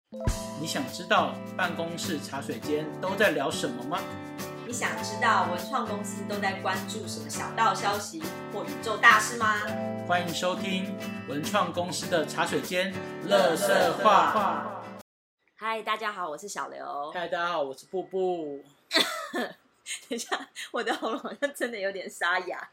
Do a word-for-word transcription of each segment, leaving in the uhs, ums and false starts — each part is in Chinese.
你想知道办公室茶水间都在聊什么吗？ 你想知道文创公司都在关注什么小道消息或宇宙大事吗？ 欢迎收听文创公司的茶水间垃圾话。 嗨，大家好，我是小刘。 嗨，大家好，我是布布。 等一下，我的喉咙好像真的有点沙哑。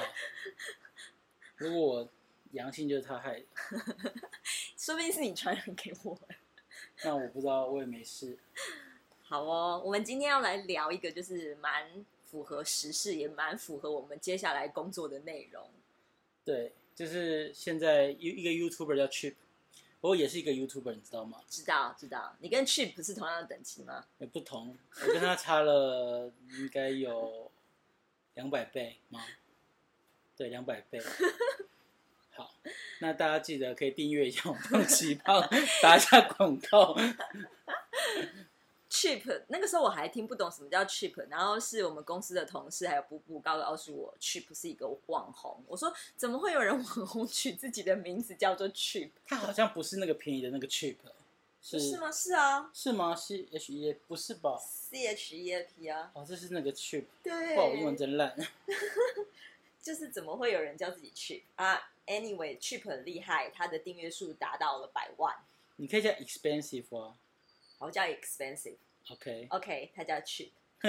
如果我阳性就是他害的， 说不定是你传染给我的。 那我不知道，我也没事。 好哦，我们今天要来聊一个就是蛮符合时事，也蛮符合我们接下来工作的内容。 对，就是现在一个 YouTuber 叫 Chip， 不过也是一个 YouTuber， 你知道吗？ 知道知道，你跟 Chip 不是同样的等级吗？ 也不同，我跟他差了应该有两百倍吗？对，两百倍。好，那大家记得可以订阅一下我们奇帮打一下广告。 Chip 那个时候我还听不懂什么叫 Chip， 然后是我们公司的同事还有布布告诉我 Chip 是一个网红。我说怎么会有人网红取自己的名字叫做 Chip？ 他好像不是那个便宜的那个 Chip， 是是吗？是啊， 是吗 ？C H E 不是吧 ？C H E A P 啊。 哦，这是那个 Chip。 对。 哇，我英文真烂。 就是怎么会有人叫自己 Chip 啊 ？Anyway，Chip 很厉害，他的订阅数达到了百万。 你可以叫 expensive 啊。 我叫 expensive。OK。OK， 他叫 Chip。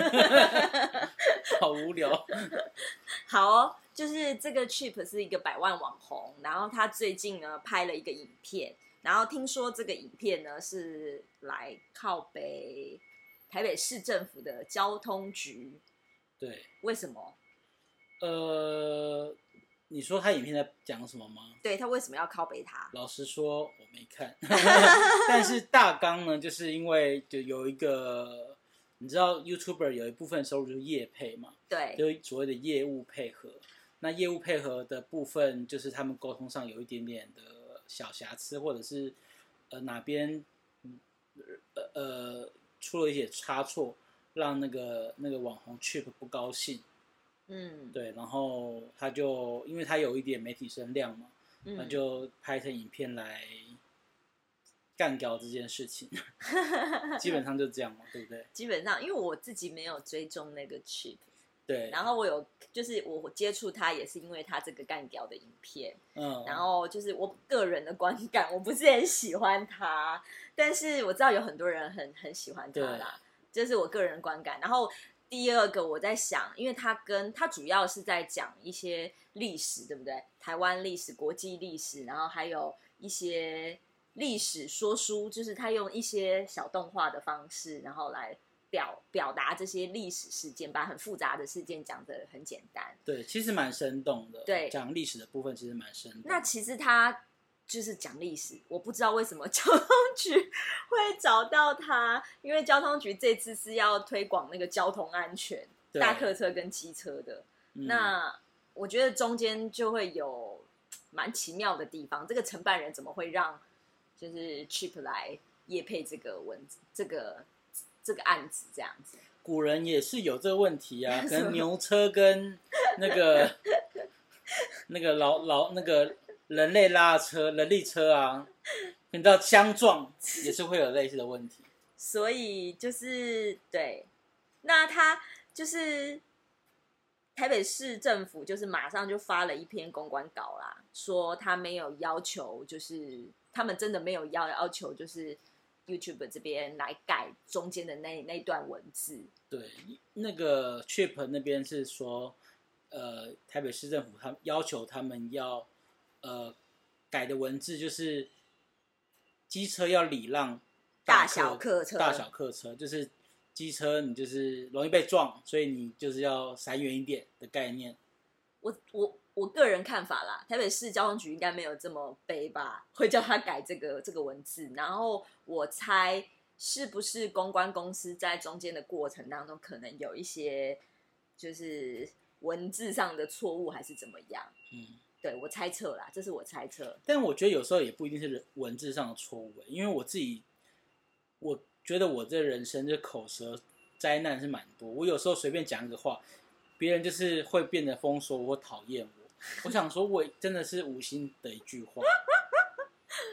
好无聊。 好哦，就是这个 Chip 是一个百万网红，然后他最近呢拍了一个影片，然后听说这个影片呢是来靠北台北市政府的交通局。 对。 为什么？ 呃，你说他影片在讲什么吗？ 对，他为什么要靠北他？ 老实说，我没看。但是大纲呢，就是因为就有一个，你知道 YouTuber 有一部分收入就是业配嘛， 对， 就是所谓的业务配合。那业务配合的部分，就是他们沟通上有一点点的小瑕疵，或者是呃哪边呃呃出了一些差错，让那个那个网红 Chip 不高兴。 嗯， 对，然后他就因为他有一点媒体声量嘛，嗯、他就拍成影片来干掉这件事情。基本上就这样嘛，对不对？ 基本上，因为我自己没有追踪那个 Chip， 对， 然后我有就是我接触他也是因为他这个干掉的影片， 嗯， 然后就是我个人的观感，我不是很喜欢他，但是我知道有很多人很很喜欢他啦，这是我个人观感，然后。第二个我在想，因为他跟他主要是在讲一些历史，对不对？台湾历史、国际历史，然后还有一些历史说书，就是他用一些小动画的方式，然后来表表达这些历史事件，把很复杂的事件讲得很简单。 对，其实蛮生动的。 对， 讲历史的部分其实蛮生动的。 那其实他。就是讲历史，我不知道为什么交通局会找到他，因为交通局这次是要推广那个交通安全，大客车跟机车的。嗯、那我觉得中间就会有蛮奇妙的地方，这个承办人怎么会让就是 Chip 来业配这个文字这个这个案子这样子？ 古人也是有这个问题啊，可能牛车跟那个那个老老那个。人类拉车、人力车啊，你知道相撞也是会有类似的问题。 所以就是对，那他就是台北市政府就是马上就发了一篇公关稿啦，说他没有要求，就是他们真的没有要要求，就是 YouTube 这边来改中间的那那段文字。 对，那个 Chip 那边是说，呃，台北市政府他要求他们要。呃，改的文字就是机车要礼让大小客车， 大小客车就是机车你就是容易被撞，所以你就是要闪远一点的概念。 我我我个人看法啦，台北市交通局应该没有这么悲吧，会叫他改这个这个文字。然后我猜是不是公关公司在中间的过程当中，可能有一些就是文字上的错误，还是怎么样？嗯。对，我猜测啦，这是我猜测。 但我觉得有时候也不一定是文字上的错误，因为我自己，我觉得我这人生这口舌灾难是蛮多。我有时候随便讲一个话，别人就是会变得封锁我或讨厌我。我想说，我真的是无心的一句话。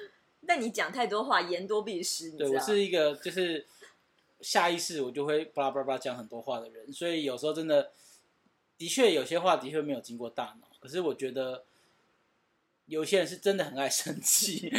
但你讲太多话，言多必失，你知道？ 对，我是一个就是下意识我就会巴拉巴拉巴拉讲很多话的人，所以有时候真的的确有些话的确没有经过大脑，可是我觉得有些人是真的很爱生气。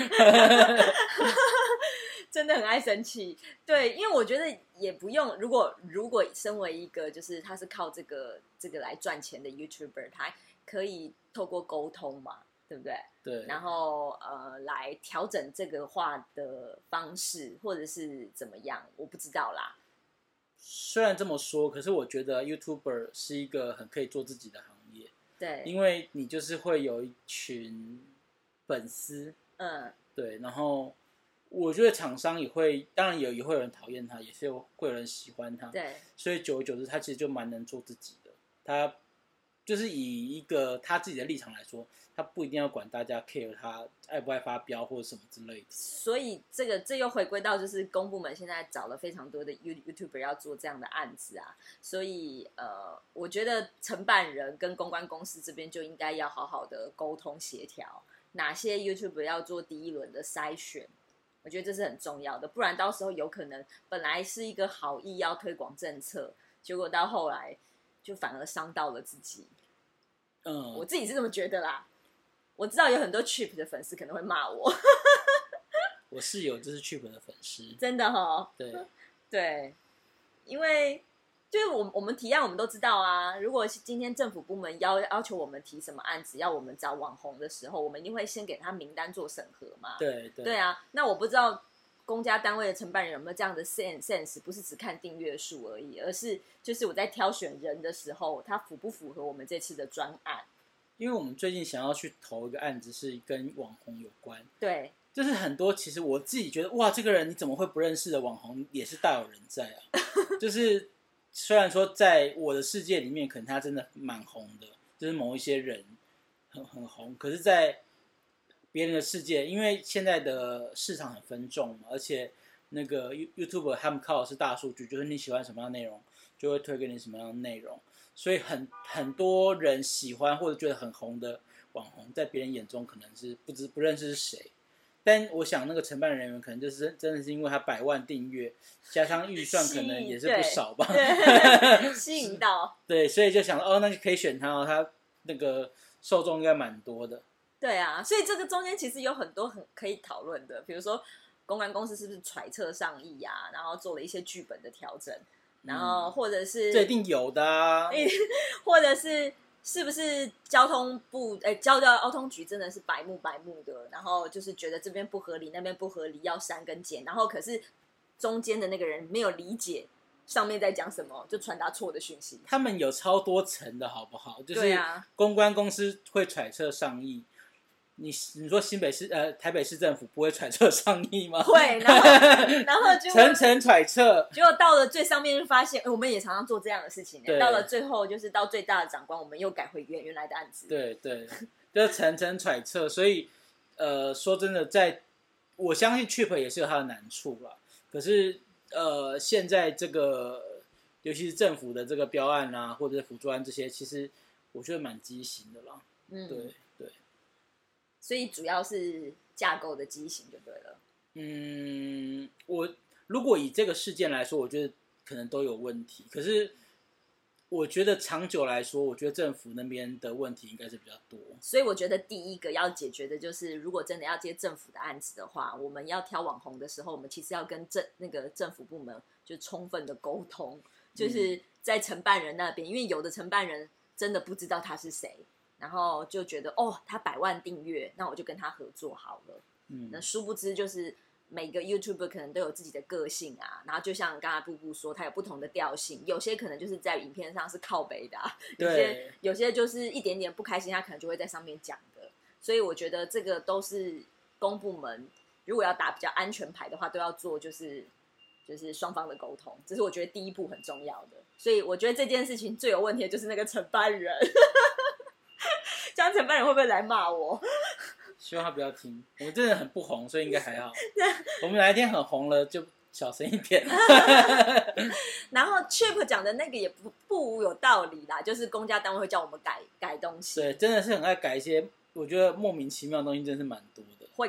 真的很爱生气，对，因为我觉得也不用，如果如果身为一个就是他是靠这个这个来赚钱的 YouTuber， 他可以透过沟通嘛，对不对？ 对， 然后呃来调整这个话的方式，或者是怎么样，我不知道啦。 虽然这么说，可是我觉得 YouTuber 是一个很可以做自己的行业， 对， 因为你就是会有一群粉丝， 嗯， 对，然后。我觉得厂商也会，当然也也会有人讨厌他，也是有会有人喜欢他， 对， 所以久而久之，他其实就蛮能做自己的。他就是以一个他自己的立场来说，他不一定要管大家 care 他爱不爱发飙或者什么之类的。 所以这个这又回归到就是公部门现在找了非常多的 YouTuber 要做这样的案子啊，所以呃，我觉得承办人跟公关公司这边就应该要好好的沟通协调，哪些 YouTuber 要做第一轮的筛选。我觉得这是很重要的，不然到时候有可能本来是一个好意要推广政策，结果到后来就反而伤到了自己。 嗯， 我自己是这么觉得啦。我知道有很多 Cheap 的粉丝可能会骂我。 我室友就是 Cheap 的粉丝， 真的齁。 对对，因为就是我我们提案我们都知道啊，如果今天政府部门要要求我们提什么案子，要我们找网红的时候，我们一定会先给他名单做审核嘛。 对对对啊，那我不知道公家单位的承办人有没有这样的 sense， 不是只看订阅数而已，而是就是我在挑选人的时候，他符不符合我们这次的专案。 因为我们最近想要去投一个案子，是跟网红有关。 对， 就是很多其实我自己觉得，哇，这个人你怎么会不认识的网红，也是大有人在啊。就是虽然说在我的世界里面，可能他真的蛮红的，就是某一些人很很红，可是，在别人的世界，因为现在的市场很分众嘛，而且那个 YouTube 他们靠的是大数据，就是你喜欢什么样的内容，就会推给你什么样的内容，所以很很多人喜欢或者觉得很红的网红，在别人眼中可能是不知不认识是谁。但我想那个承办人员可能就是真的是因为他百万订阅，加上预算可能也是不少吧， 吸引到， 对，所以就想哦，那就可以选他哦，他那个受众应该蛮多的。 对啊，所以这个中间其实有很多很可以讨论的，比如说公关公司是不是揣测上意啊，然后做了一些剧本的调整，然后或者是、 嗯、这一定有的、啊， 或者是。是不是交通部诶、欸，交交通局真的是白目白目的，然后就是觉得这边不合理，那边不合理，要删跟减，然后可是中间的那个人没有理解上面在讲什么，就传达错的讯息。 他们有超多层的好不好？就是公关公司会揣测上意。你你说新北市呃台北市政府不会揣测上意吗？ 会，然后然后就层层揣测， 结果到了最上面就发现，欸、我们也常常做这样的事情。到了最后，就是到最大的长官，我们又改回原原来的案子。 对对，就层层揣测。所以呃，说真的，在我相信 Cheap 也是有它的难处啦。可是呃，现在这个尤其是政府的这个标案啊，或者是辅助案这些，其实我觉得蛮畸形的啦。嗯，对。 所以主要是架构的畸形就对了。 嗯，我如果以这个事件来说，我觉得可能都有问题。可是我觉得长久来说，我觉得政府那边的问题应该是比较多。 所以我觉得第一个要解决的就是，如果真的要接政府的案子的话，我们要挑网红的时候，我们其实要跟政那个政府部门就充分的沟通，就是在承办人那边，因为有的承办人真的不知道他是谁。然后就觉得哦，他百万订阅，那我就跟他合作好了。嗯，那殊不知就是每个 YouTuber 可能都有自己的个性啊。然后就像刚才布布说，他有不同的调性，有些可能就是在影片上是靠北的、啊，有些有些就是一点点不开心，他可能就会在上面讲的。所以我觉得这个都是公部门如果要打比较安全牌的话，都要做就是就是双方的沟通，这是我觉得第一步很重要的。所以我觉得这件事情最有问题的就是那个承办人。这样承办人会不会来骂我？ 希望他不要听，我们真的很不红，所以应该还好。我们哪一天很红了，就小声一点。 然后 Chip 讲的那个也不不无有道理啦，就是公家单位会叫我们改改东西。 对，真的是很爱改一些，我觉得莫名其妙的东西，真是蛮多的。 会改，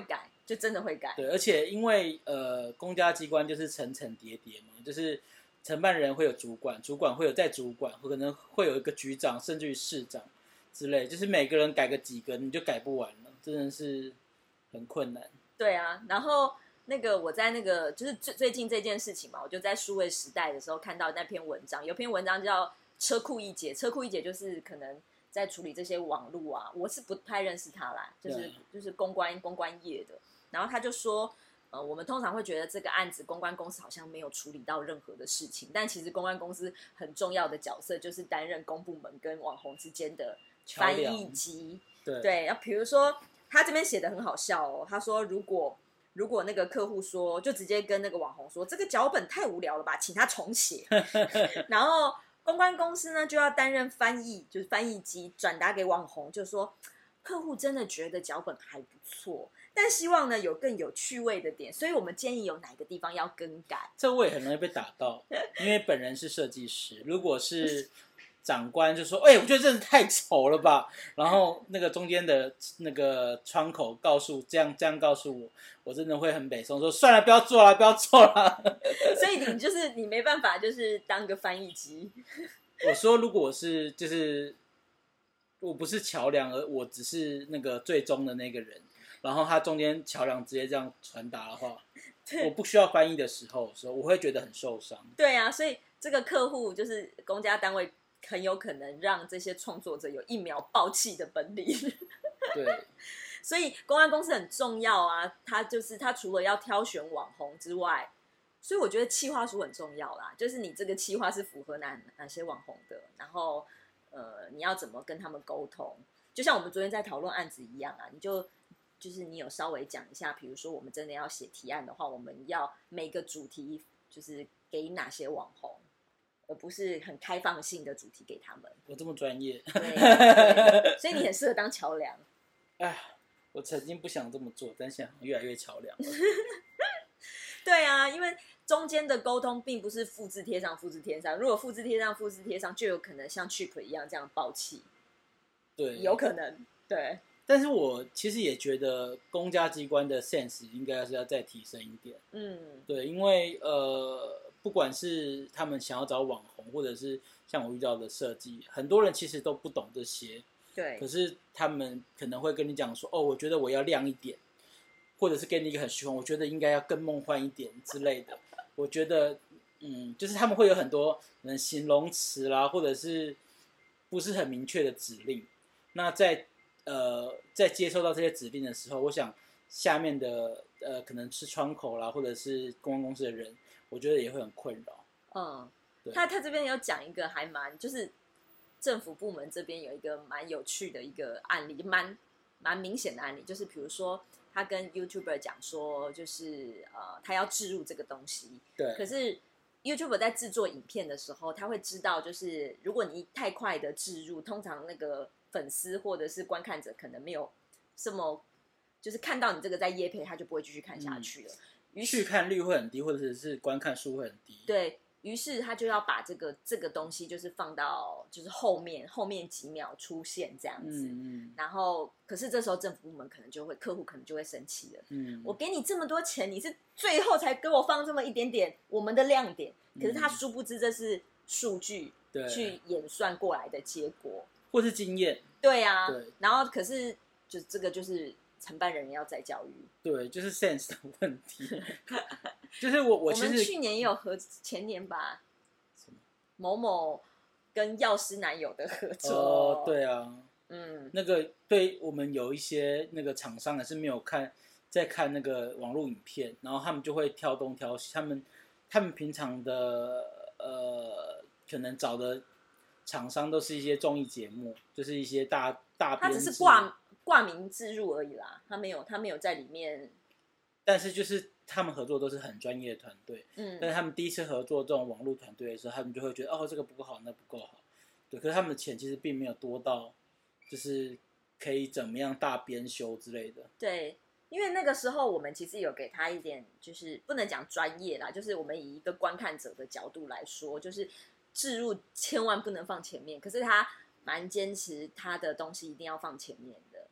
就真的会改。 对，而且因为呃，公家机关就是层层叠叠嘛，就是承办人会有主管，主管会有再主管，可能会有一个局长，甚至于市长之类，就是每个人改个几个，你就改不完了，真的是很困难。 对啊，然后那个我在那个就是最最近这件事情嘛，我就在数位时代的时候看到那篇文章，有篇文章叫车库一姐，车库一姐就是可能在处理这些网路啊，我是不太认识他啦，就是就是公关公关业的，然后他就说。呃，我们通常会觉得这个案子公关公司好像没有处理到任何的事情，但其实公关公司很重要的角色就是担任公部门跟网红之间的翻译机。 对对，然后比如说他这边写的很好笑哦，他说如果如果那个客户说，就直接跟那个网红说这个脚本太无聊了吧，请他重写，然后公关公司呢就要担任翻译，就是翻译机转达给网红，就说客户真的觉得脚本还不错。但希望呢有更有趣味的点，所以我们建议有哪个地方要更改。 这我也很容易被打到，因为本人是设计师。如果是长官就说：“哎、欸，我觉得真的太丑了吧。”然后那个中间的那个窗口告诉这样这样告诉我，我真的会很北宋说：“算了，不要做了，不要做了。” 所以你就是你没办法，就是当个翻译机。 我说，如果我是就是我不是桥梁，而我只是那个最终的那个人。然后他中间桥梁直接这样传达的话，我不需要翻译的时候，时候我会觉得很受伤。 对啊，所以这个客户就是公家单位，很有可能让这些创作者有一秒爆气的本领。 对， 所以公关公司很重要啊，他就是他除了要挑选网红之外，所以我觉得企划书很重要啦，就是你这个企划是符合哪哪些网红的，然后呃你要怎么跟他们沟通，就像我们昨天在讨论案子一样啊，你就。就是你有稍微讲一下，比如说我们真的要写提案的话，我们要每个主题就是给哪些网红，而不是很开放性的主题给他们。 我这么专业， 对，对，所以你很适合当桥梁。 哎，我曾经不想这么做，但现在越来越桥梁了。 对啊，因为中间的沟通并不是复制贴上、复制贴上，如果复制贴上、复制贴上，就有可能像 Chip 一样这样爆气。 对， 有可能，对。 但是我其实也觉得公家机关的 sense 应该是要再提升一点。 嗯， 对，因为呃，不管是他们想要找网红，或者是像我遇到的设计，很多人其实都不懂这些。 对。 可是他们可能会跟你讲说，哦，我觉得我要亮一点，或者是给你一个很虚幻，我觉得应该要更梦幻一点之类的。我觉得，嗯，就是他们会有很多可能形容词啦，或者是不是很明确的指令。那在呃，在接收到这些指令的时候，我想下面的呃，可能是窗口啦，或者是公关公司的人，我觉得也会很困扰。 嗯，他他这边有讲一个还蛮，就是政府部门这边有一个蛮有趣的一个案例，蛮蛮明显的案例，就是比如说他跟 YouTuber 讲说，就是呃，他要置入这个东西， 对， 可是 YouTuber 在制作影片的时候，他会知道，就是如果你太快的置入，通常那个粉丝或者是观看者可能没有这么，就是看到你这个在业配，他就不会继续看下去了。于是续看率会很低，或者是观看数会很低。 对，于是他就要把这个这个东西就是放到就是后面后面几秒出现这样子。 嗯嗯。 然后，可是这时候政府部门可能就会，客户可能就会生气了。 嗯。 我给你这么多钱，你是最后才给我放这么一点点我们的亮点，可是他殊不知这是数据去演算过来的结果。 或是经验， 对啊， 对， 然后可是就这个就是承办人要再教育， 对，就是 sense 的问题。就是我我我其实们去年也有合，前年吧，某某跟药师男友的合作， 哦，对啊， 嗯， 那个对我们有一些那个厂商也是没有看在看那个网络影片，然后他们就会挑东挑西，他们他们平常的呃可能找的。厂商都是一些综艺节目，就是一些大大编制， 他只是挂挂名置入而已啦，他没有他没有在里面。 但是就是他们合作都是很专业的团队， 嗯， 但是他们第一次合作这种网络团队的时候，他们就会觉得哦这个不够好，那不够好，对，可是他们的钱其实并没有多到，就是可以怎么样大编修之类的。 对，因为那个时候我们其实有给他一点，就是不能讲专业啦，就是我们以一个观看者的角度来说，就是。置入千万不能放前面，可是他蛮坚持他的东西一定要放前面的。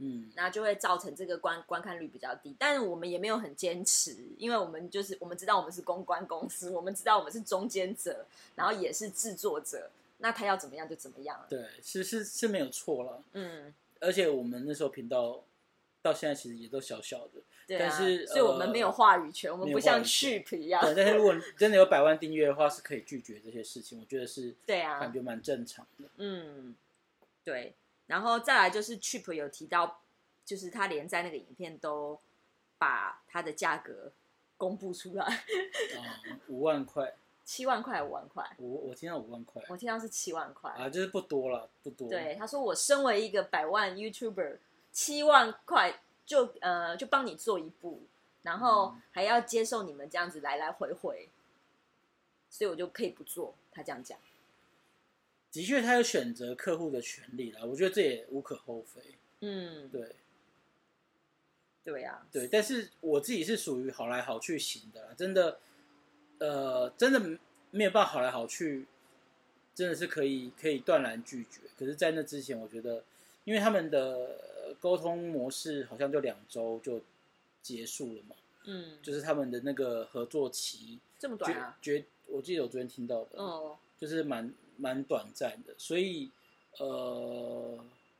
嗯， 那就会造成这个观观看率比较低。但是我们也没有很坚持，因为我们就是我们知道我们是公关公司，我们知道我们是中间者，然后也是制作者，那他要怎么样就怎么样了。 对，是是是没有错了。 嗯， 而且我们那时候频道到现在其实也都小小的， 对啊， 但是所以我们没有话语权， 呃、 我们不像 Cheap 一样。 对，但是如果真的有百万订阅的话，是可以拒绝这些事情，我觉得是， 对啊， 感觉蛮正常的。 嗯，对。然后再来就是 Cheap 有提到，就是他连在那个影片都把他的价格公布出来， 嗯，五万块， 七万块，五万块。 我我听到五万块， 我听到是七万块啊，就是不多了，不多。 对，他说我身为一个百万 YouTuber， 七万块就呃就帮你做一部，然后还要接受你们这样子来来回回，所以我就可以不做。他这样讲。 的确，他有选择客户的权利啦，我觉得这也无可厚非。 嗯， 对， 对啊， 对，但是我自己是属于好来好去型的啦，真的，呃，真的没有办法好来好去，真的是可以可以断然拒绝。可是，在那之前，我觉得，因为他们的沟通模式好像就两周就结束了嘛， 嗯， 就是他们的那个合作期这么短啊？ 绝，我记得我昨天听到的， 哦， 就是蛮蛮短暂的，所以呃，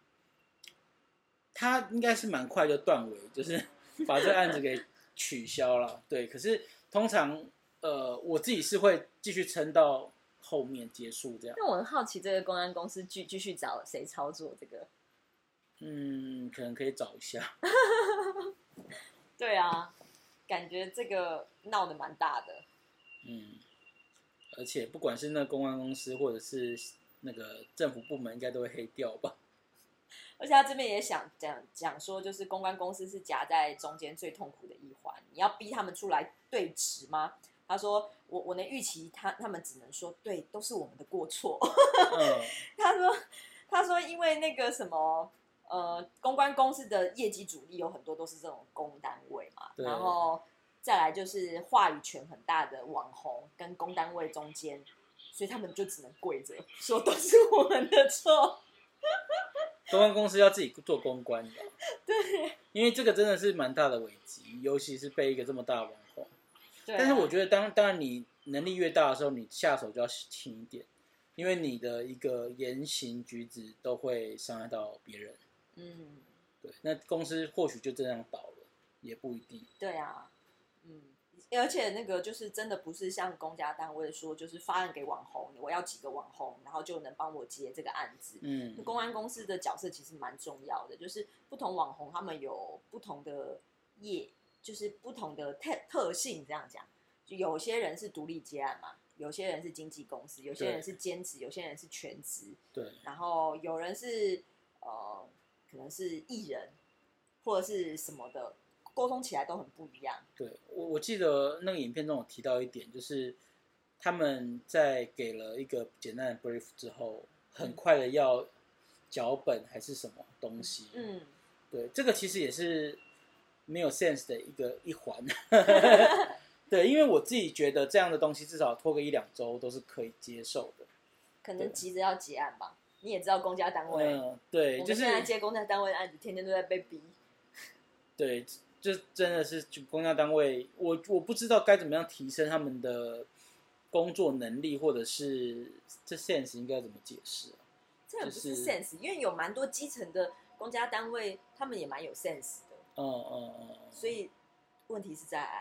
他应该是蛮快就断尾，就是把这个案子给取消了。对，可是通常呃，我自己是会继续撑到后面结束这样。 那我很好奇，这个公关公司继继续找谁操作这个？ 嗯，可能可以找一下。 对啊，感觉这个闹得蛮大的。 嗯，而且不管是那公关公司或者是那个政府部门，应该都会黑掉吧。 而且他这边也想讲讲说，就是公关公司是夹在中间最痛苦的一环，你要逼他们出来对质吗？他说我我能预期他他们只能说对，都是我们的过错。 嗯、 他说他说因为那个什么呃公关公司的业绩主力有很多都是这种公单位嘛，然后再来就是话语权很大的网红跟公单位中间，所以他们就只能跪着说都是我们的错。 公关公司要自己做公关的， 对， 因为这个真的是蛮大的危机，尤其是被一个这么大的网红。 对啊、 但是我觉得当，当当然你能力越大的时候，你下手就要轻一点，因为你的一个言行举止都会伤害到别人。 嗯， 对，那公司或许就这样倒了，也不一定。 对啊，嗯。而且那个就是真的不是像公家单位说，就是发案给网红，我要几个网红，然后就能帮我接这个案子。 嗯， 公关公司的角色其实蛮重要的，就是不同网红他们有不同的业，就是不同的特特性。这样讲，就有些人是独立接案嘛，有些人是经纪公司，有些人是兼职，有些人是全职。 对， 然后有人是呃，可能是艺人或者是什么的。沟通起来都很不一样。 对，我我记得那个影片中有提到一点，就是他们在给了一个简单的 brief 之后，很快的要脚本还是什么东西。嗯，对，这个其实也是没有 sense 的一个一环。对，因为我自己觉得这样的东西至少拖个一两周都是可以接受的。 可能急着要结案吧，你也知道公家单位， 嗯，对， 我们就是现在接公家单位的案子，天天都在被逼。 对。就真的是公家单位，我我不知道该怎么样提升他们的工作能力，或者是这 sense 应该怎么解释啊？ 这也不是 sense，、就是、因为有蛮多基层的公家单位，他们也蛮有 sense 的。 嗯嗯嗯。 所以问题是在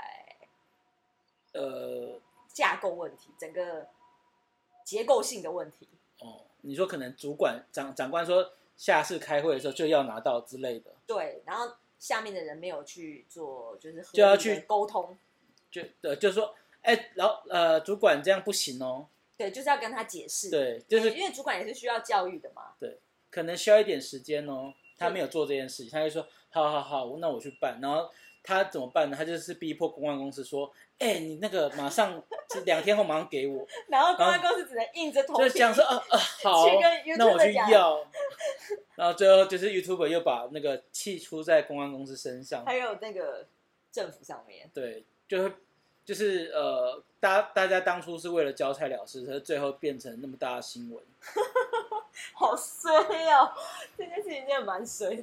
呃架构问题，整个结构性的问题。 哦，你说可能主管长长官说下次开会的时候就要拿到之类的。 对，然后。下面的人没有去做，就是就要去沟通， 就呃，就是说，哎、欸，然后呃，主管这样不行哦。 对，就是要跟他解释。 对，就是因为主管也是需要教育的嘛。 对，可能需要一点时间哦。他没有做这件事情，他就说，好好好，那我去办。然后他怎么办呢？他就是逼迫公关公司说，哎、欸，你那个马上两天后马上给我。 然后公关公司只能硬着头皮， 就讲说，啊啊，好，那我去要。然后最后就是 YouTuber 又把那个气出在公关公司身上， 还有那个政府上面。 对，就会就是呃，大大家当初是为了交差了事，可是最后变成那么大的新闻， 好衰哦！这件事情真的蛮衰的。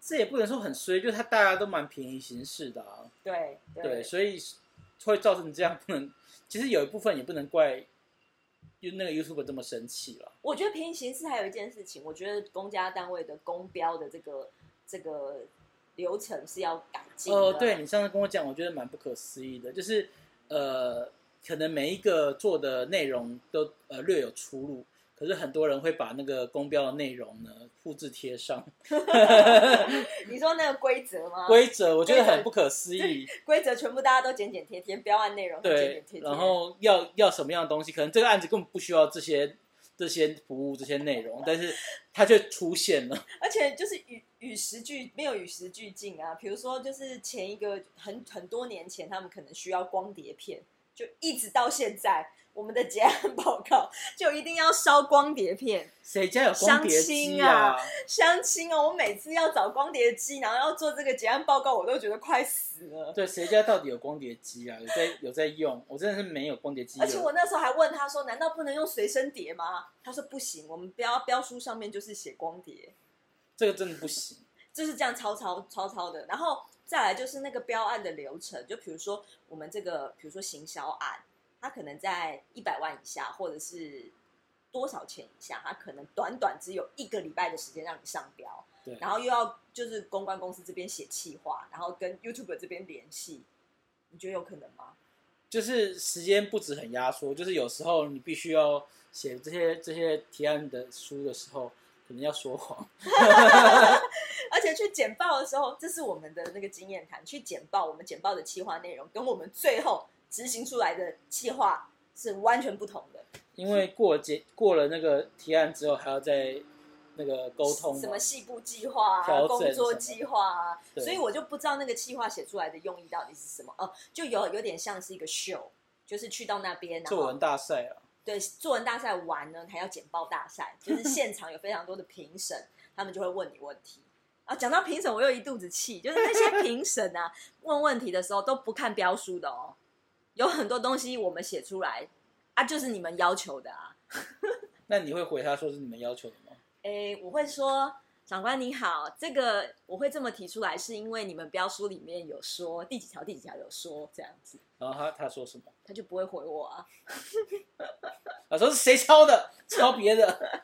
这也不能说很衰，就是他大家都蛮便宜行事的啊。 对 对, 对，所以会造成这样，不能。其实有一部分也不能怪那个 YouTuber 这么生气了。 我觉得便宜行事还有一件事情，我觉得公家单位的公标的这个这个流程是要改进的。 哦，对，你上次跟我讲，我觉得蛮不可思议的，就是呃，可能每一个做的内容都呃略有出入。可是很多人会把那个公标的内容呢复制贴上。 你说那个规则吗？ 规则我觉得很不可思议。 规则全部大家都剪剪贴贴，标案内容都剪剪贴贴。 然后要要什么样的东西，可能这个案子根本不需要这些这些服务这些内容，但是它就出现了。 而且就是与与时俱没有与时俱进啊。比如说，就是前一个很很多年前，他们可能需要光碟片，就一直到现在。我们的结案报告就一定要烧光碟片， 谁家有光碟机啊？相亲哦！我每次要找光碟机，然后要做这个结案报告，我都觉得快死了。 对，谁家到底有光碟机啊？有在有在用？我真的是没有光碟机。 而且我那时候还问他说：“难道不能用随身碟吗？”他说：“不行，我们标标书上面就是写光碟， 这个真的不行。” 就是这样抄抄抄抄的。然后再来就是那个标案的流程，就比如说我们这个，比如说行销案。他可能在一百万以下，或者是多少钱以下，他可能短短只有一个礼拜的时间让你上标， 对， 然后又要就是公关公司这边写企划，然后跟 YouTuber 这边联系，你觉得有可能吗？ 就是时间不止很压缩，就是有时候你必须要写这些这些提案的书的时候，可能要说谎。 而且去简报的时候，这是我们的那个经验谈，去简报我们简报的企划内容，跟我们最后执行出来的企划是完全不同的， 因为过了过了那个提案之后，还要再那个沟通， 什么细部计划啊、工作计划啊，所以我就不知道那个企划写出来的用意到底是什么。哦，就有有点像是一个 show， 就是去到那边， 作文大赛啊。 对，作文大赛完呢，还要简报大赛，就是现场有非常多的评审，他们就会问你问题。啊，讲到评审，我又一肚子气，就是那些评审啊，问问题的时候都不看标书的哦。有很多东西我们写出来啊，就是你们要求的啊。 那你会回他说是你们要求的吗？ 诶，我会说，长官你好，这个我会这么提出来，是因为你们标书里面有说第几条第几条有说这样子。 然后他他说什么？ 他就不会回我啊。 他说是谁抄的？抄别的。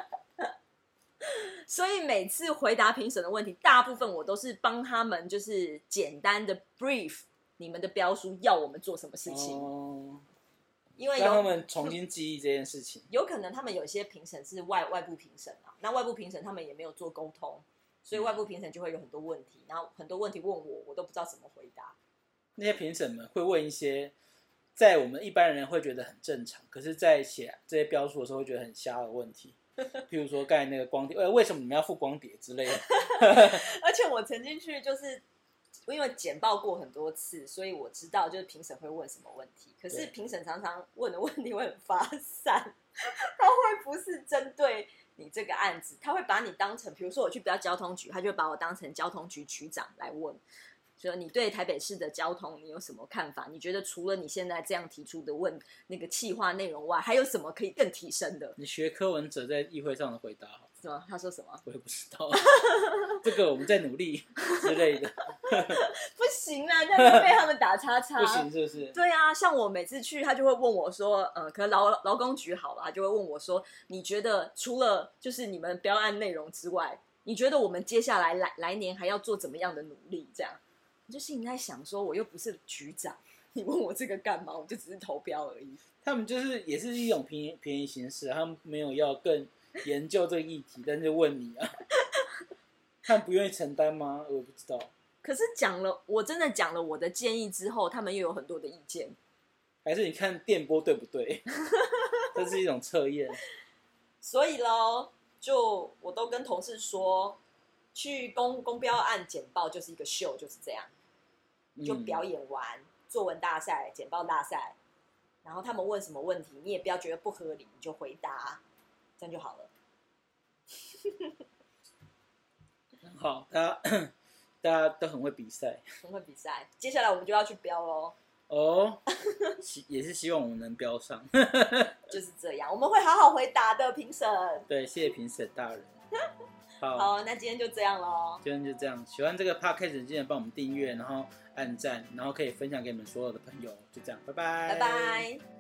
所以每次回答评审的问题，大部分我都是帮他们就是简单的 brief。你们的标书要我们做什么事情？哦、因为让他们重新记忆这件事情。 有可能他们有些评审是外外部评审啊，那外部评审他们也没有做沟通，所以外部评审就会有很多问题，然后很多问题问我，我都不知道怎么回答。 那些评审们会问一些在我们一般人会觉得很正常，可是在写这些标书的时候会觉得很瞎的问题。譬如说刚才那个光碟，为什么你们要附光碟之类的。 而且我曾经去就是。因为简报过很多次，所以我知道就是评审会问什么问题。可是评审常常问的问题会很发散，他会不是针对你这个案子，他会把你当成，比如说我去标交通局，他就会把我当成交通局局长来问，说你对台北市的交通你有什么看法？你觉得除了你现在这样提出的问那个企划内容外，还有什么可以更提升的？ 你学柯文哲在议会上的回答好。 什么？他说什么？ 我也不知道。这个我们在努力之类的。 不行啦，这样就被他们打叉叉。 不行是不是？ 对啊，像我每次去，他就会问我说，呃，可能劳劳工局好了，他就会问我说，你觉得除了就是你们标案内容之外，你觉得我们接下来来来年还要做怎么样的努力？这样，我就心里在想说，我又不是局长，你问我这个干嘛？我就只是投标而已。 他们就是也是一种便宜便宜形式，他们没有要更研究这个议题，但是问你啊，他们不愿意承担吗？我也不知道。 可是讲了，我真的讲了我的建议之后，他们又有很多的意见。 还是你看电波对不对？这是一种测验。 所以咯，就我都跟同事说，去公公标案简报就是一个秀，就是这样，就表演完、嗯、作文大赛、简报大赛，然后他们问什么问题，你也不要觉得不合理，你就回答，这样就好了。 好，大家大家都很会比赛， 很会比赛。接下来我们就要去标咯。 哦，也是希望我们能标上。 就是这样，我们会好好回答的，评审。 对，谢谢评审大人。 好， 好，那今天就这样咯。 今天就这样。喜欢这个 podcast 记得帮我们订阅，然后按赞，然后可以分享给你们所有的朋友。就这样，拜拜， 拜拜。